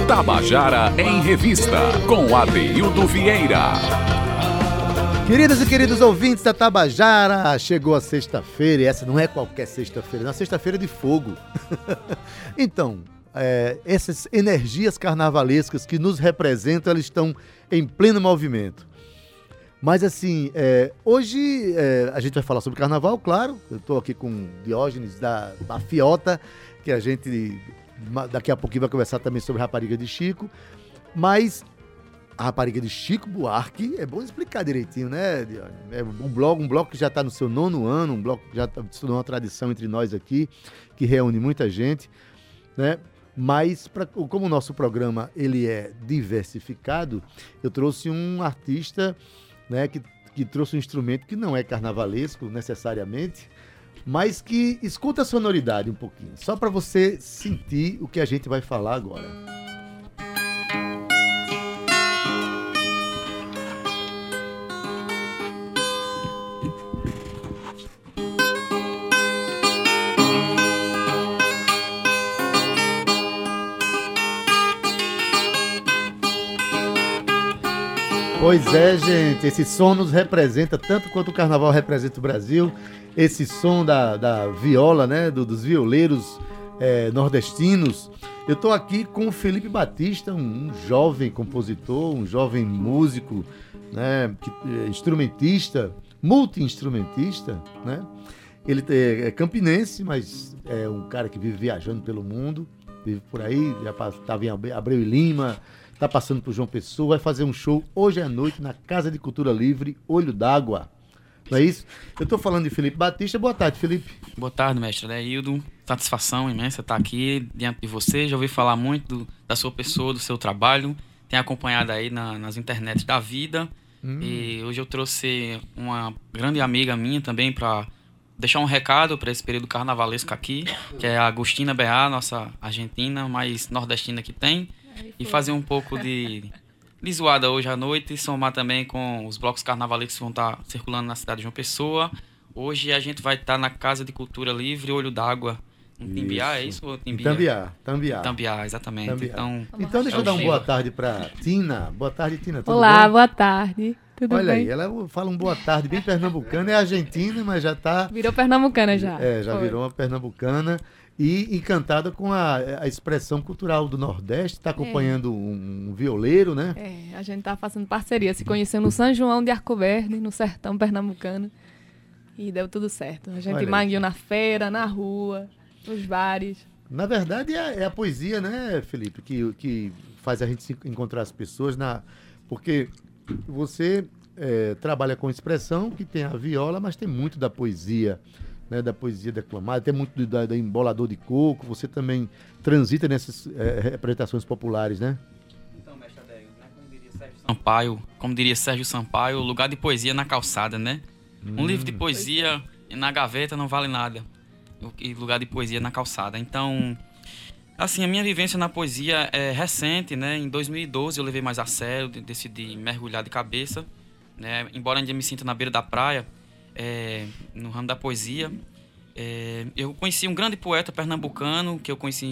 Tabajara em Revista, com Adeildo Vieira. Queridas e queridos ouvintes da Tabajara, chegou a sexta-feira, e essa não é qualquer sexta-feira, é uma sexta-feira de fogo. Então, essas energias carnavalescas que nos representam, elas estão em pleno movimento. Mas assim, hoje a gente vai falar sobre carnaval, claro. Eu estou aqui com Diógenes da Fiota, que a gente daqui a pouquinho vai conversar também sobre Rapariga de Chico. Mas a Rapariga de Chico Buarque, é bom explicar direitinho, né, Diógenes? É um bloco que já está no seu 9º ano, um bloco que já se tornou uma tradição entre nós aqui, que reúne muita gente, né? Mas, como o nosso programa ele é diversificado, eu trouxe um artista, né, que trouxe um instrumento que não é carnavalesco necessariamente, mas que escuta a sonoridade um pouquinho, só para você sentir o que a gente vai falar agora. Pois é, gente, esse som nos representa tanto quanto o carnaval representa o Brasil. Esse som da viola, né, dos violeiros nordestinos. Eu estou aqui com o Felipe Batista, um jovem compositor, um jovem músico, né, instrumentista, multi-instrumentista, né? Ele é campinense, mas é um cara que vive viajando pelo mundo, vive por aí, já estava em Abreu e Lima, está passando por João Pessoa, vai fazer um show hoje à noite na Casa de Cultura Livre, Olho d'Água. Não é isso? Eu estou falando de Felipe Batista. Boa tarde, Felipe. Boa tarde, mestre Adeildo. Satisfação imensa estar aqui diante de você. Já ouvi falar muito da sua pessoa, do seu trabalho. Tenho acompanhado aí nas internets da vida. E hoje eu trouxe uma grande amiga minha também para deixar um recado para esse período carnavalesco aqui, que é a Agostina B.A., nossa argentina mais nordestina que tem. E fazer um pouco de zoada hoje à noite e somar também com os blocos carnavalescos que vão estar circulando na cidade de João Pessoa. Hoje a gente vai estar na Casa de Cultura Livre, Olho d'Água, em Timbiá, é isso? Ou Tambiá. Tambiá, exatamente. Tambiá. Então deixa eu dar uma boa tarde para Tina. Boa tarde, Tina. Tudo Olá, bom? Boa tarde. Tudo Olha bem? aí, ela fala um boa tarde bem pernambucana, é argentina, mas já está... Virou pernambucana já. Já virou uma pernambucana. E encantada com a expressão cultural do Nordeste, está acompanhando um violeiro, né? A gente está fazendo parceria, se conhecendo no São João de Arcoverde, no sertão pernambucano, e deu tudo certo. A gente mangueou na feira, na rua, nos bares. Na verdade, é a poesia, né, Felipe, que faz a gente encontrar as pessoas, porque você trabalha com expressão, que tem a viola, mas tem muito da poesia, né, da poesia declamada, tem muito da embolador de coco. Você também transita nessas representações populares, né? Então, mestre Adeildo, né, como diria Sérgio Sampaio, lugar de poesia na calçada, né? Um livro de poesia na gaveta não vale nada, e lugar de poesia na calçada. Então, assim, a minha vivência na poesia é recente, né? Em 2012 eu levei mais a sério, decidi mergulhar de cabeça, né? Embora ainda me sinta na beira da praia, no ramo da poesia. Eu conheci um grande poeta pernambucano que eu conheci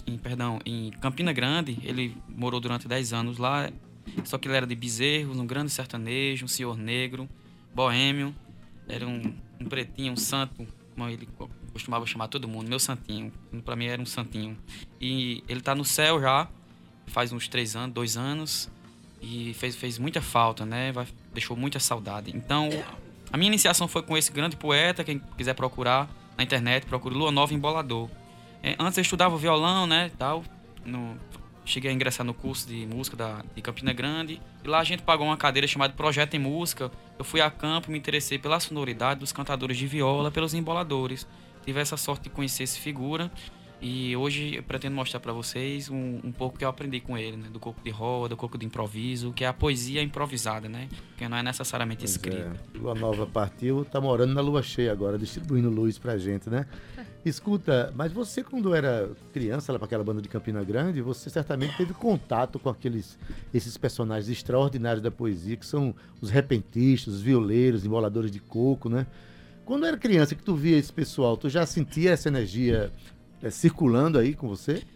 em Campina Grande. Ele morou durante 10 anos lá, só que ele era de Bezerros, um grande sertanejo, um senhor negro, boêmio. Era um pretinho, um santo, como ele costumava chamar todo mundo, meu santinho. Para mim era um santinho. E ele está no céu já, faz uns 2 anos, e fez muita falta, né? Deixou muita saudade. Então, a minha iniciação foi com esse grande poeta. Quem quiser procurar na internet, procure Lua Nova Embolador. Antes eu estudava violão, né, tal. Cheguei a ingressar no curso de música de Campina Grande. E lá a gente pagou uma cadeira chamada Projeto em Música. Eu fui a campo e me interessei pela sonoridade dos cantadores de viola, pelos emboladores. Tive essa sorte de conhecer essa figura. E hoje eu pretendo mostrar para vocês um pouco que eu aprendi com ele, né? Do coco de roda, do coco de improviso, que é a poesia improvisada, né? Que não é necessariamente escrita. Lua Nova partiu, tá morando na lua cheia agora, distribuindo luz pra gente, né? Escuta, mas você quando era criança, lá para aquela banda de Campina Grande, você certamente teve contato com esses personagens extraordinários da poesia, que são os repentistas, os violeiros, emboladores de coco, né? Quando era criança que tu via esse pessoal, tu já sentia essa energia circulando aí com você?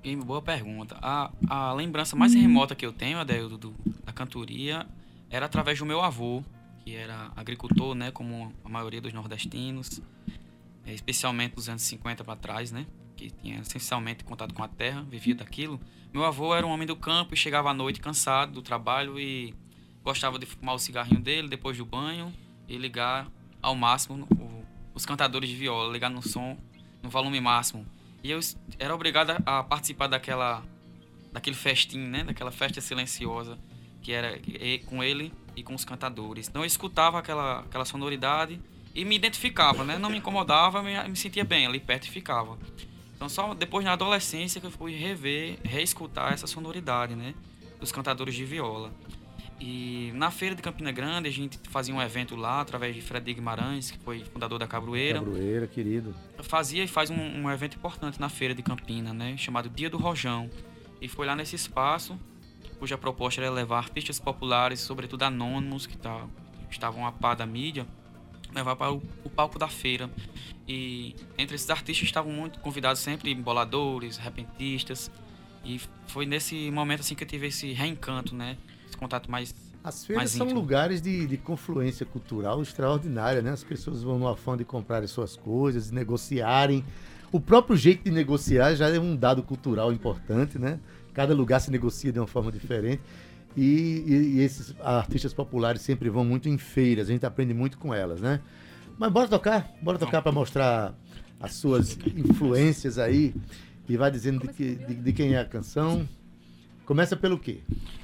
Boa pergunta. A lembrança mais remota que eu tenho, Adeildo, da cantoria era através do meu avô, que era agricultor, né, como a maioria dos nordestinos, especialmente dos anos 50 para trás, né, que tinha essencialmente contato com a terra, vivia daquilo. Meu avô era um homem do campo e chegava à noite cansado do trabalho e gostava de fumar o cigarrinho dele depois do banho e ligar ao máximo os cantadores de viola, ligar no som, no volume máximo. E eu era obrigado a participar daquele festim, né, daquela festa silenciosa que era com ele e com os cantadores. Então eu escutava aquela sonoridade e me identificava, né? Não me incomodava, me sentia bem ali perto e ficava. Então só depois na adolescência que eu fui reescutar essa sonoridade, né? Dos cantadores de viola. E na feira de Campina Grande a gente fazia um evento lá através de Fred Guimarães, que foi fundador da Cabroeira. Cabroeira, querido. Fazia e faz um evento importante na feira de Campina, né? Chamado Dia do Rojão. E foi lá nesse espaço cuja proposta era levar artistas populares, sobretudo anônimos, que estavam a par da mídia, levar para o palco da feira. E entre esses artistas estavam muito convidados sempre emboladores, repentistas. E foi nesse momento assim que eu tive esse reencanto, né? Esse contato mais As feiras mais são íntimo. lugares de confluência cultural extraordinária, né? As pessoas vão no afã de comprarem suas coisas, de negociarem. O próprio jeito de negociar já é um dado cultural importante, né? Cada lugar se negocia de uma forma diferente. E esses artistas populares sempre vão muito em feiras, a gente aprende muito com elas, né? Mas bora tocar para mostrar as suas influências aí e vai dizendo de quem é a canção. Começa pelo quê?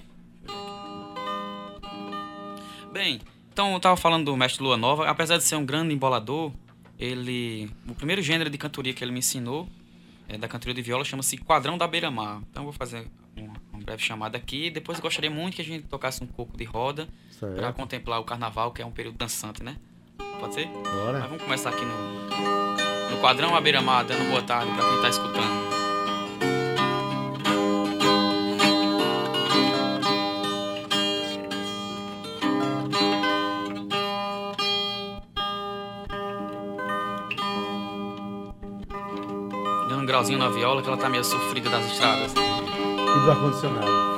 Bem, então eu tava falando do mestre Lua Nova. Apesar de ser um grande embolador, o primeiro gênero de cantoria que ele me ensinou, da cantoria de viola, chama-se Quadrão da Beira-Mar. Então eu vou fazer uma breve chamada aqui. Depois eu gostaria muito que a gente tocasse um pouco de roda para contemplar o carnaval, que é um período dançante, né? Pode ser? Bora. Mas vamos começar aqui no Quadrão à Beira-Mar, dando boa tarde para quem tá escutando. Dando um grauzinho na viola, que ela tá meio sofrida das estradas. E do ar-condicionado.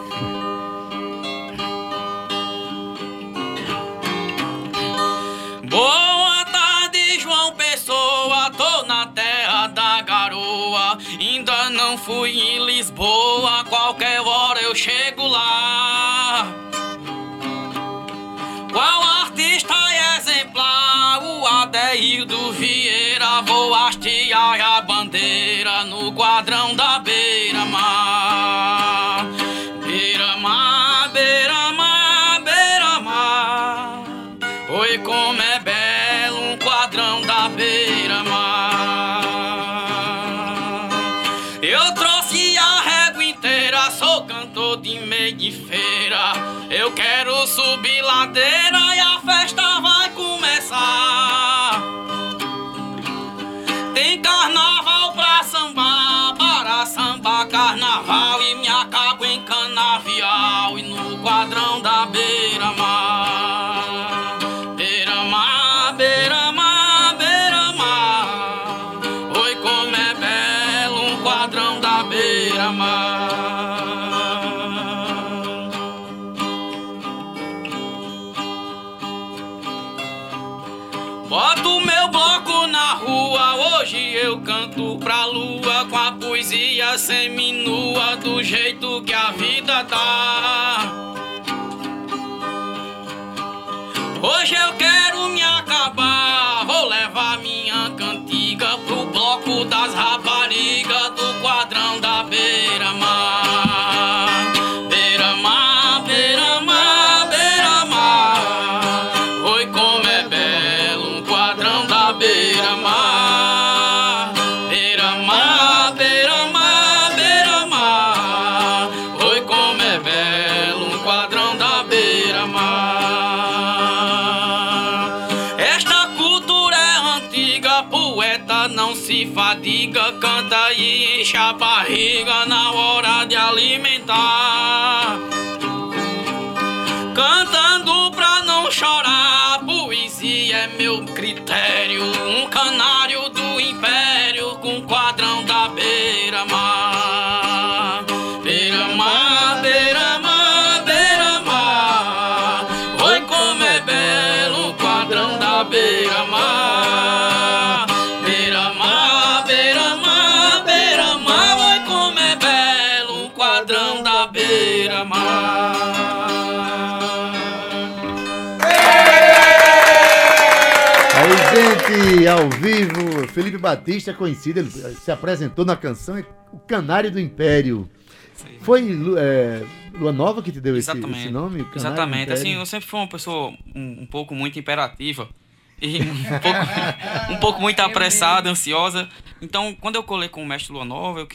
Boa tarde, João Pessoa, tô na terra da garoa. Ainda não fui em Lisboa, qualquer hora eu chego lá. Qual artista exemplar? O Adeildo Vieira, vou hastear a bandeira no quadrão da Beira-Mar. Beira-Mar, Beira-Mar, Beira-Mar. Oi, como é belo um quadrão da Beira-Mar. Eu trouxe a régua inteira, sou cantor de meio de feira. Eu quero subir ladeira e a festa vai começar. Tem carnaval pra sambar, para sambar carnaval, e me acabo em canavial e no quadrão da Beira-Mar. Beira-Mar, Beira-Mar, Beira-Mar. Oi, como é belo um quadrão da Beira-Mar. Boto meu bloco na rua, hoje eu canto pra lua, com a poesia seminua, do jeito que a vida tá. Hoje eu quero me acabar, vou levar minha cantiga pro bloco das raparigas do quadrão da Beira-Mar. Beira-Mar, Beira-Mar, Beira-Mar. Oi, como é belo um quadrão da Beira-Mar. Beira-Mar, Beira-Mar, Beira-Mar. Oi, como é belo um quadrão da Beira-Mar. Esta cultura é antiga, poeta não se fadiga, canta e enche a barriga na hora de alimentar. Cantando pra não chorar, poesia é meu critério, um canário do império com quadrão da Beira-Mar. gente, ao vivo, Felipe Batista é conhecido, ele se apresentou na canção, é o Canário do Império. Sim. Foi Lua Nova que te deu esse nome? Exatamente. Assim, eu sempre fui uma pessoa um pouco muito imperativa e um pouco muito apressada, ansiosa. Então, quando eu colei com o mestre Lua Nova, eu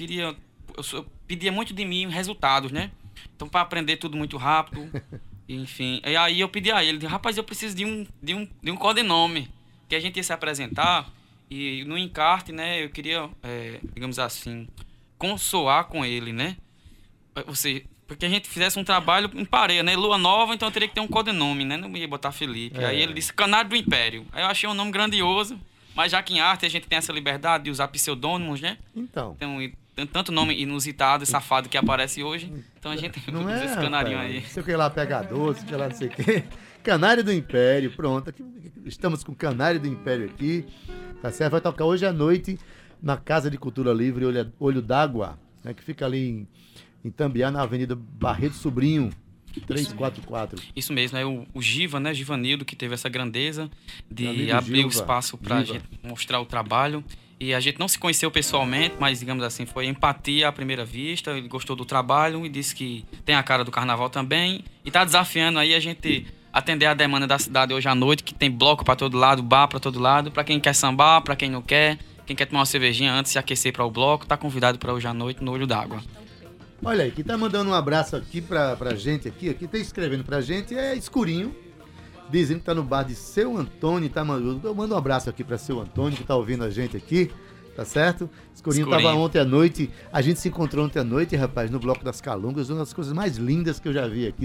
pedia muito de mim resultados, né? Então, para aprender tudo muito rápido, enfim. E aí eu pedi a ele, rapaz, eu preciso de um codinome que a gente ia se apresentar e no encarte, né? Eu queria, digamos assim, consoar com ele, né? Ou seja, porque a gente fizesse um trabalho em pareia, né? Lua Nova, então eu teria que ter um codinome, né? Não ia botar Felipe. Aí ele disse Canário do Império. Aí eu achei um nome grandioso, mas já que em arte a gente tem essa liberdade de usar pseudônimos, né? Então. Tem tanto nome inusitado e safado que aparece hoje. Então a gente não usa esse canarinho aí. Sei o que lá, pegador, sei o que lá, não sei o que. Canário do Império, pronto. Aqui, estamos com o Canário do Império aqui. Tá certo? Vai tocar hoje à noite na Casa de Cultura Livre Olho d'Água, né? Que fica ali em Tambiá, na Avenida Barreto Sobrinho, 344. Isso mesmo, é o Giva, né? Givanildo, que teve essa grandeza de abrir o espaço para a gente mostrar o trabalho. E a gente não se conheceu pessoalmente, mas, digamos assim, foi empatia à primeira vista. Ele gostou do trabalho e disse que tem a cara do carnaval também. E está desafiando aí a gente atender a demanda da cidade hoje à noite, que tem bloco para todo lado, bar para todo lado, para quem quer sambar, para quem não quer. Quem quer tomar uma cervejinha antes de se aquecer para o bloco, está convidado para hoje à noite no Olho d'Água. Olha aí, quem tá mandando um abraço aqui pra gente aqui tá escrevendo pra gente é Escurinho, dizendo que tá no bar de Seu Antônio, eu mando um abraço aqui pra Seu Antônio, que tá ouvindo a gente aqui, tá certo? Escurinho tava ontem à noite, a gente se encontrou ontem à noite, rapaz, no Bloco das Calungas, uma das coisas mais lindas que eu já vi aqui,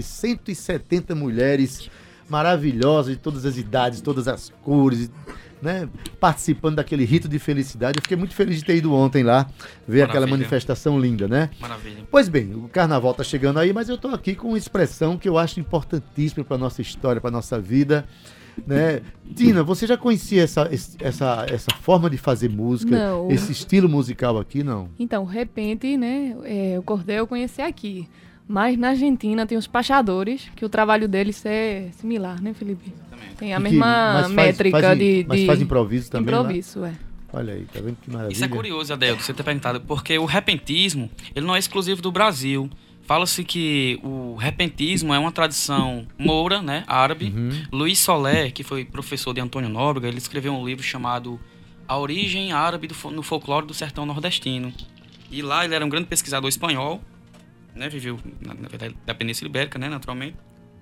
170 mulheres maravilhosas, de todas as idades, todas as cores, né, participando daquele rito de felicidade. Eu fiquei muito feliz de ter ido ontem lá, ver aquela manifestação linda, né? Maravilha. Pois bem, o carnaval tá chegando aí, mas eu tô aqui com uma expressão que eu acho importantíssima para nossa história, para nossa vida, né? Tina, você já conhecia essa forma de fazer música, não. Esse estilo musical aqui, não? Então, repente, né, o cordel eu conheci aqui. Mas na Argentina tem os pachadores, que o trabalho deles é similar, né, Felipe? Tem a mesma métrica Mas faz improviso também, improviso, lá? Olha aí, tá vendo que maravilha? Isso é curioso, Adeldo, você ter perguntado, porque o repentismo, ele não é exclusivo do Brasil. Fala-se que o repentismo é uma tradição moura, né, árabe. Luiz Soler, que foi professor de Antônio Nóbrega, ele escreveu um livro chamado A Origem Árabe no Folclore do Sertão Nordestino. E lá ele era um grande pesquisador espanhol, né, viveu na verdade da Península Ibérica, né, naturalmente.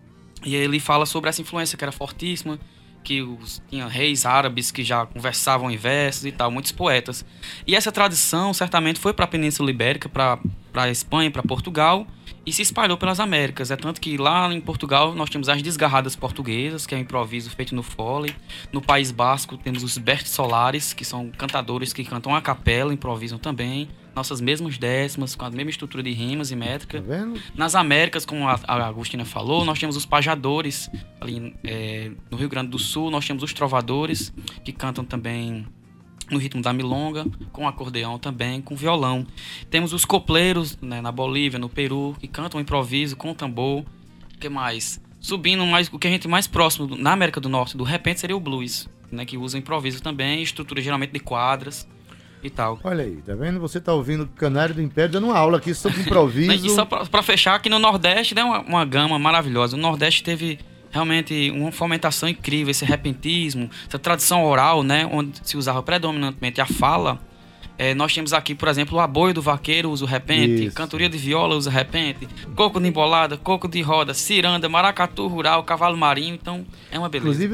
E ele fala sobre essa influência que era fortíssima, que tinha reis árabes que já conversavam em versos e tal, muitos poetas. E essa tradição certamente foi para a Península Ibérica, para a Espanha, para Portugal, e se espalhou pelas Américas. É tanto que lá em Portugal nós temos as desgarradas portuguesas, que é um improviso feito no fole. No País Basco temos os bertsolares, que são cantadores que cantam a capela, improvisam também. Nossas mesmas décimas, com a mesma estrutura de rimas e métrica. Tá vendo? Nas Américas, como a Agostina falou, nós temos os pajadores. Ali no Rio Grande do Sul, nós temos os trovadores, que cantam também no ritmo da milonga, com acordeão também, com violão. Temos os copleiros, né, na Bolívia, no Peru, que cantam improviso com tambor. O que mais? Subindo mais, o que a gente mais próximo na América do Norte, do repente, seria o blues, né, que usa improviso também, estrutura geralmente de quadras e tal. Olha aí, tá vendo? Você tá ouvindo o Canário do Império dando uma aula aqui sobre improviso. E só pra fechar, aqui no Nordeste tem uma gama maravilhosa. O Nordeste teve realmente uma fomentação incrível, esse repentismo, essa tradição oral, né, onde se usava predominantemente a fala. Nós temos aqui, por exemplo, o aboio do vaqueiro usa o repente, Isso. Cantoria de viola usa repente, coco de embolada, coco de roda, ciranda, maracatu rural, cavalo marinho, então é uma beleza. Inclusive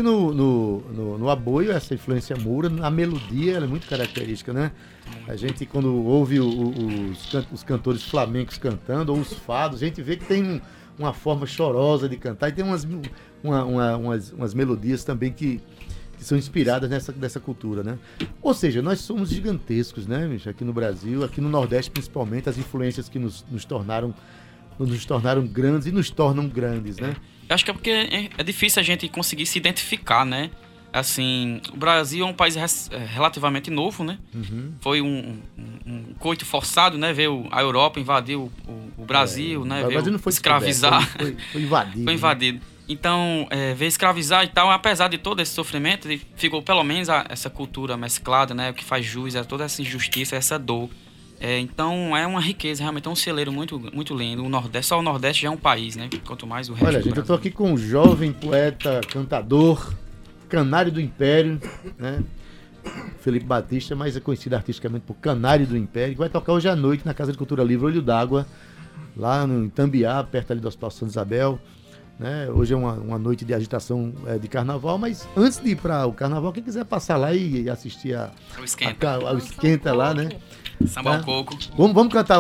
no aboio, essa influência moura, a melodia ela é muito característica, né? A gente, quando ouve os cantores flamencos cantando, ou os fados, a gente vê que tem uma forma chorosa de cantar, e tem umas melodias também que são inspiradas nessa cultura, né? Ou seja, nós somos gigantescos, né, bicho? Aqui no Brasil, aqui no Nordeste principalmente, as influências que nos tornaram grandes e nos tornam grandes, né? Eu acho que é porque é difícil a gente conseguir se identificar, né? Assim, o Brasil é um país relativamente novo, né? Foi um coito forçado, né? Veio a Europa, invadiu o Brasil, né? O Brasil não foi escravizar. Foi invadido. Foi invadido. Então, ver escravizar e tal, apesar de todo esse sofrimento, ele ficou pelo menos essa cultura mesclada, né? O que faz jus a toda essa injustiça, essa dor. Então, é uma riqueza, realmente é um celeiro muito, muito lindo. O Nordeste, só o Nordeste já é um país, né? Quanto mais o resto. Olha, gente, eu tô aqui com um jovem poeta, cantador, Canário do Império, né? Felipe Batista, mas é conhecido artisticamente por Canário do Império, que vai tocar hoje à noite na Casa de Cultura Livre Olho d'Água, lá no Itambiá, perto ali do Hospital Santa Isabel. Né? Hoje é uma noite de agitação de carnaval, mas antes de ir para o carnaval, quem quiser passar lá e assistir ao esquenta lá, né? Samba ao coco. Vamos cantar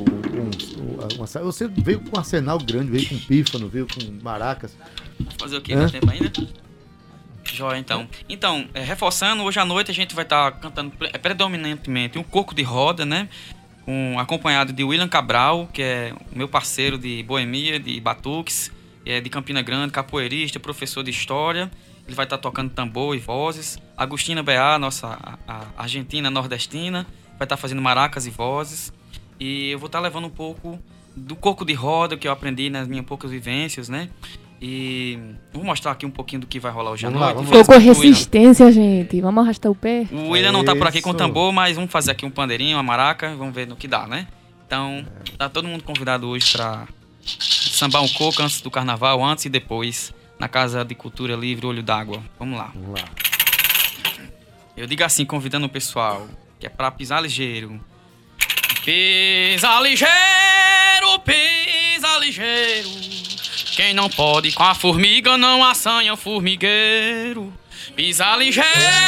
você veio com um arsenal grande, veio com pífano, veio com maracas. Fazer o quê? Dá tempo ainda? Joia, então. Então, reforçando, hoje à noite a gente vai estar cantando predominantemente um coco de roda, né? Acompanhado de William Cabral, que é o meu parceiro de boemia, de batuques, de Campina Grande, capoeirista, professor de história. Ele vai estar tocando tambor e vozes. Agostina Beá, nossa argentina nordestina, vai estar fazendo maracas e vozes. E eu vou estar levando um pouco do coco de roda que eu aprendi nas minhas poucas vivências, né? E vou mostrar aqui um pouquinho do que vai rolar hoje à noite. Coco resistência, gente. Vamos arrastar o pé. O William não tá por aqui com o tambor, mas vamos fazer aqui um pandeirinho, uma maraca, vamos ver no que dá, né? Então, tá todo mundo convidado hoje pra sambar um coco antes do carnaval, antes e depois, na Casa de Cultura Livre Olho d'Água. Vamos lá. Eu digo assim, convidando o pessoal, que é pra pisar ligeiro. Pisa ligeiro, pisa ligeiro. Quem não pode com a formiga não assanha o formigueiro. Pisa ligeiro,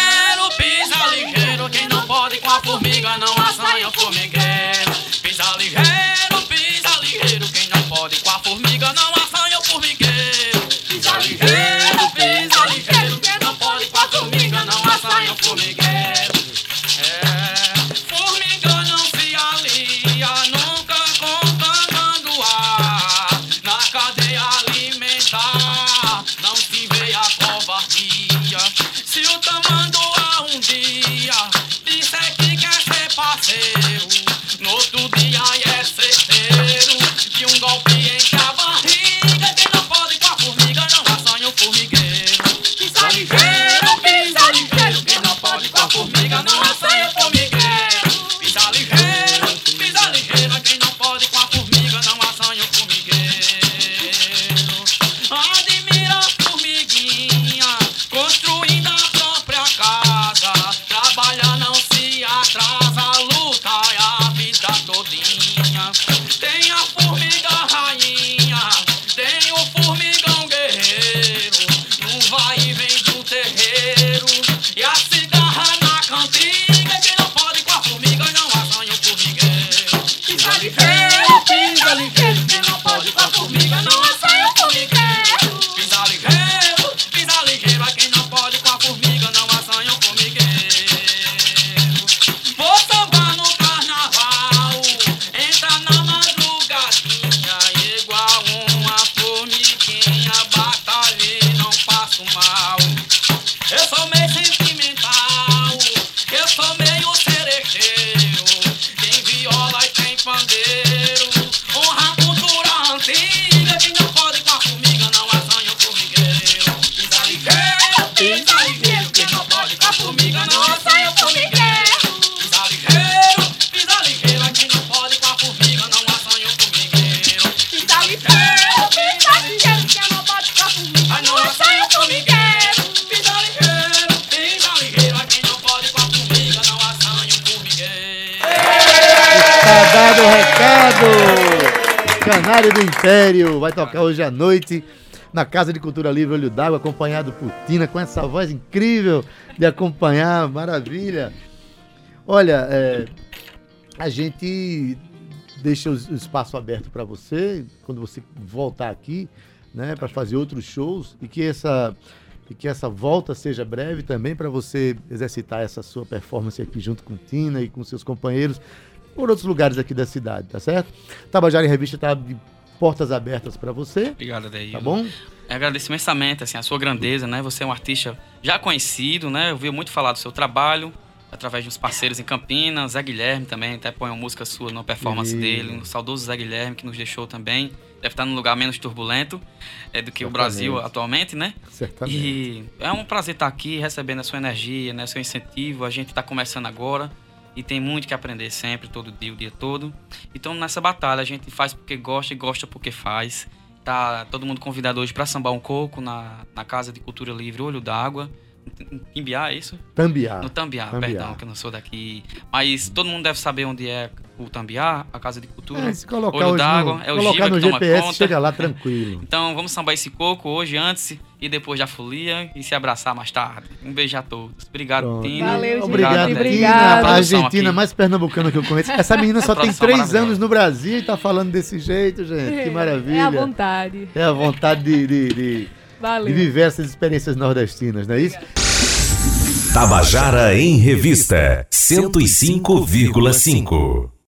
quem não pode com a formiga não assanha o formigueiro. Pisa ligeiro, quem não pode com a formiga não assanha o formigueiro. Pisa ligeiro, quem não pode com a formiga não assanha o formigueiro. Formiga não se alia nunca com tamanduá. Na cadeia alimentar não se vê a covardia. Se o tamanduá um dia disser que quer ser parceiro, no outro dia é certeiro de um golpe enche a barriga. Quem não pode com a formiga não assanha o formigueiro. Pisa ligeiro, quem não pode com a formiga não assanha o formigueiro. Pisa ligeiro, quem não pode com a formiga não assanha o formigueiro. Admira a formiguinha construindo a própria casa. Trabalha não se atrasa, luta a vida todinha. Tem a formiga rainha, tem o formigão guerreiro. Não vai e vem do terreiro e a cigarra na cantiga. Quem não pode com a formiga não assanha o formigueiro. Pisa ligeiro, quem não pode com a formiga não assanha o formigueiro. Pisa ligeiro, quem não pode com a formiga não assanha o formigueiro. Vou sambar no carnaval, entra na madrugadinha, igual uma formiguinha, batalha não passo mal. Eu sou meio sentimental, eu sou meio cerejeiro, tem viola e tem pandeiro, honra a cultura antiga. Quem não pode com a formiga não assanha o formigueiro. Pisa ligeiro, quem não pode com a formiga não assanha o formigueiro. Pisa ligeiro, quem não pode com a formiga não assanha o formigueiro. Pisa ligeiro, quem não pode com a formiga não assanha o formigueiro. Pisa ligeiro, quem não pode com a formiga não assanha o formigueiro. Tá dado o recado! Canário do Império vai tocar hoje à noite na Casa de Cultura Livre Olho d'Água, acompanhado por Tina, com essa voz incrível de acompanhar, maravilha. Olha, a gente deixa o espaço aberto para você, quando você voltar aqui, né, para fazer outros shows, e que essa volta seja breve também, para você exercitar essa sua performance aqui junto com Tina e com seus companheiros, por outros lugares aqui da cidade, tá certo? Tabajara em Revista está de portas abertas para você. Obrigado, Adair. Tá bom? Eu agradeço imensamente, assim, a sua grandeza, né? Você é um artista já conhecido, né? Eu ouvi muito falar do seu trabalho através dos parceiros em Campinas, Zé Guilherme também, até põe uma música sua na performance dele, o saudoso Zé Guilherme, que nos deixou também. Deve estar num lugar menos turbulento do que o Brasil atualmente, né? Certamente. E é um prazer estar aqui, recebendo a sua energia, né, seu incentivo. A gente está começando agora e tem muito que aprender sempre, todo dia, o dia todo. Então, nessa batalha, a gente faz porque gosta e gosta porque faz. Tá todo mundo convidado hoje para sambar um coco na Casa de Cultura Livre Olho d'Água. Timbiá, é isso? Tambiá. No Tambiá, perdão, que eu não sou daqui. Mas todo mundo deve saber onde é o Tambiá, a Casa de Cultura. Se colocar Olho d'Água, é o Giba no que toma GPS, conta. chega lá tranquilo. Então vamos sambar esse coco hoje, antes e depois da folia e se abraçar mais tarde. Um beijo a todos. Obrigado, Pronto. Tina. Valeu, Obrigado, gente. Tina. Obrigada. A Argentina aqui. mais pernambucana que eu conheço. Essa menina só tem Produção 3 maravilhosa. anos no Brasil e tá falando desse jeito, gente. Que maravilha. É a vontade. É a vontade de Valeu. viver essas experiências nordestinas, não é isso? Tabajara em Revista 105,5.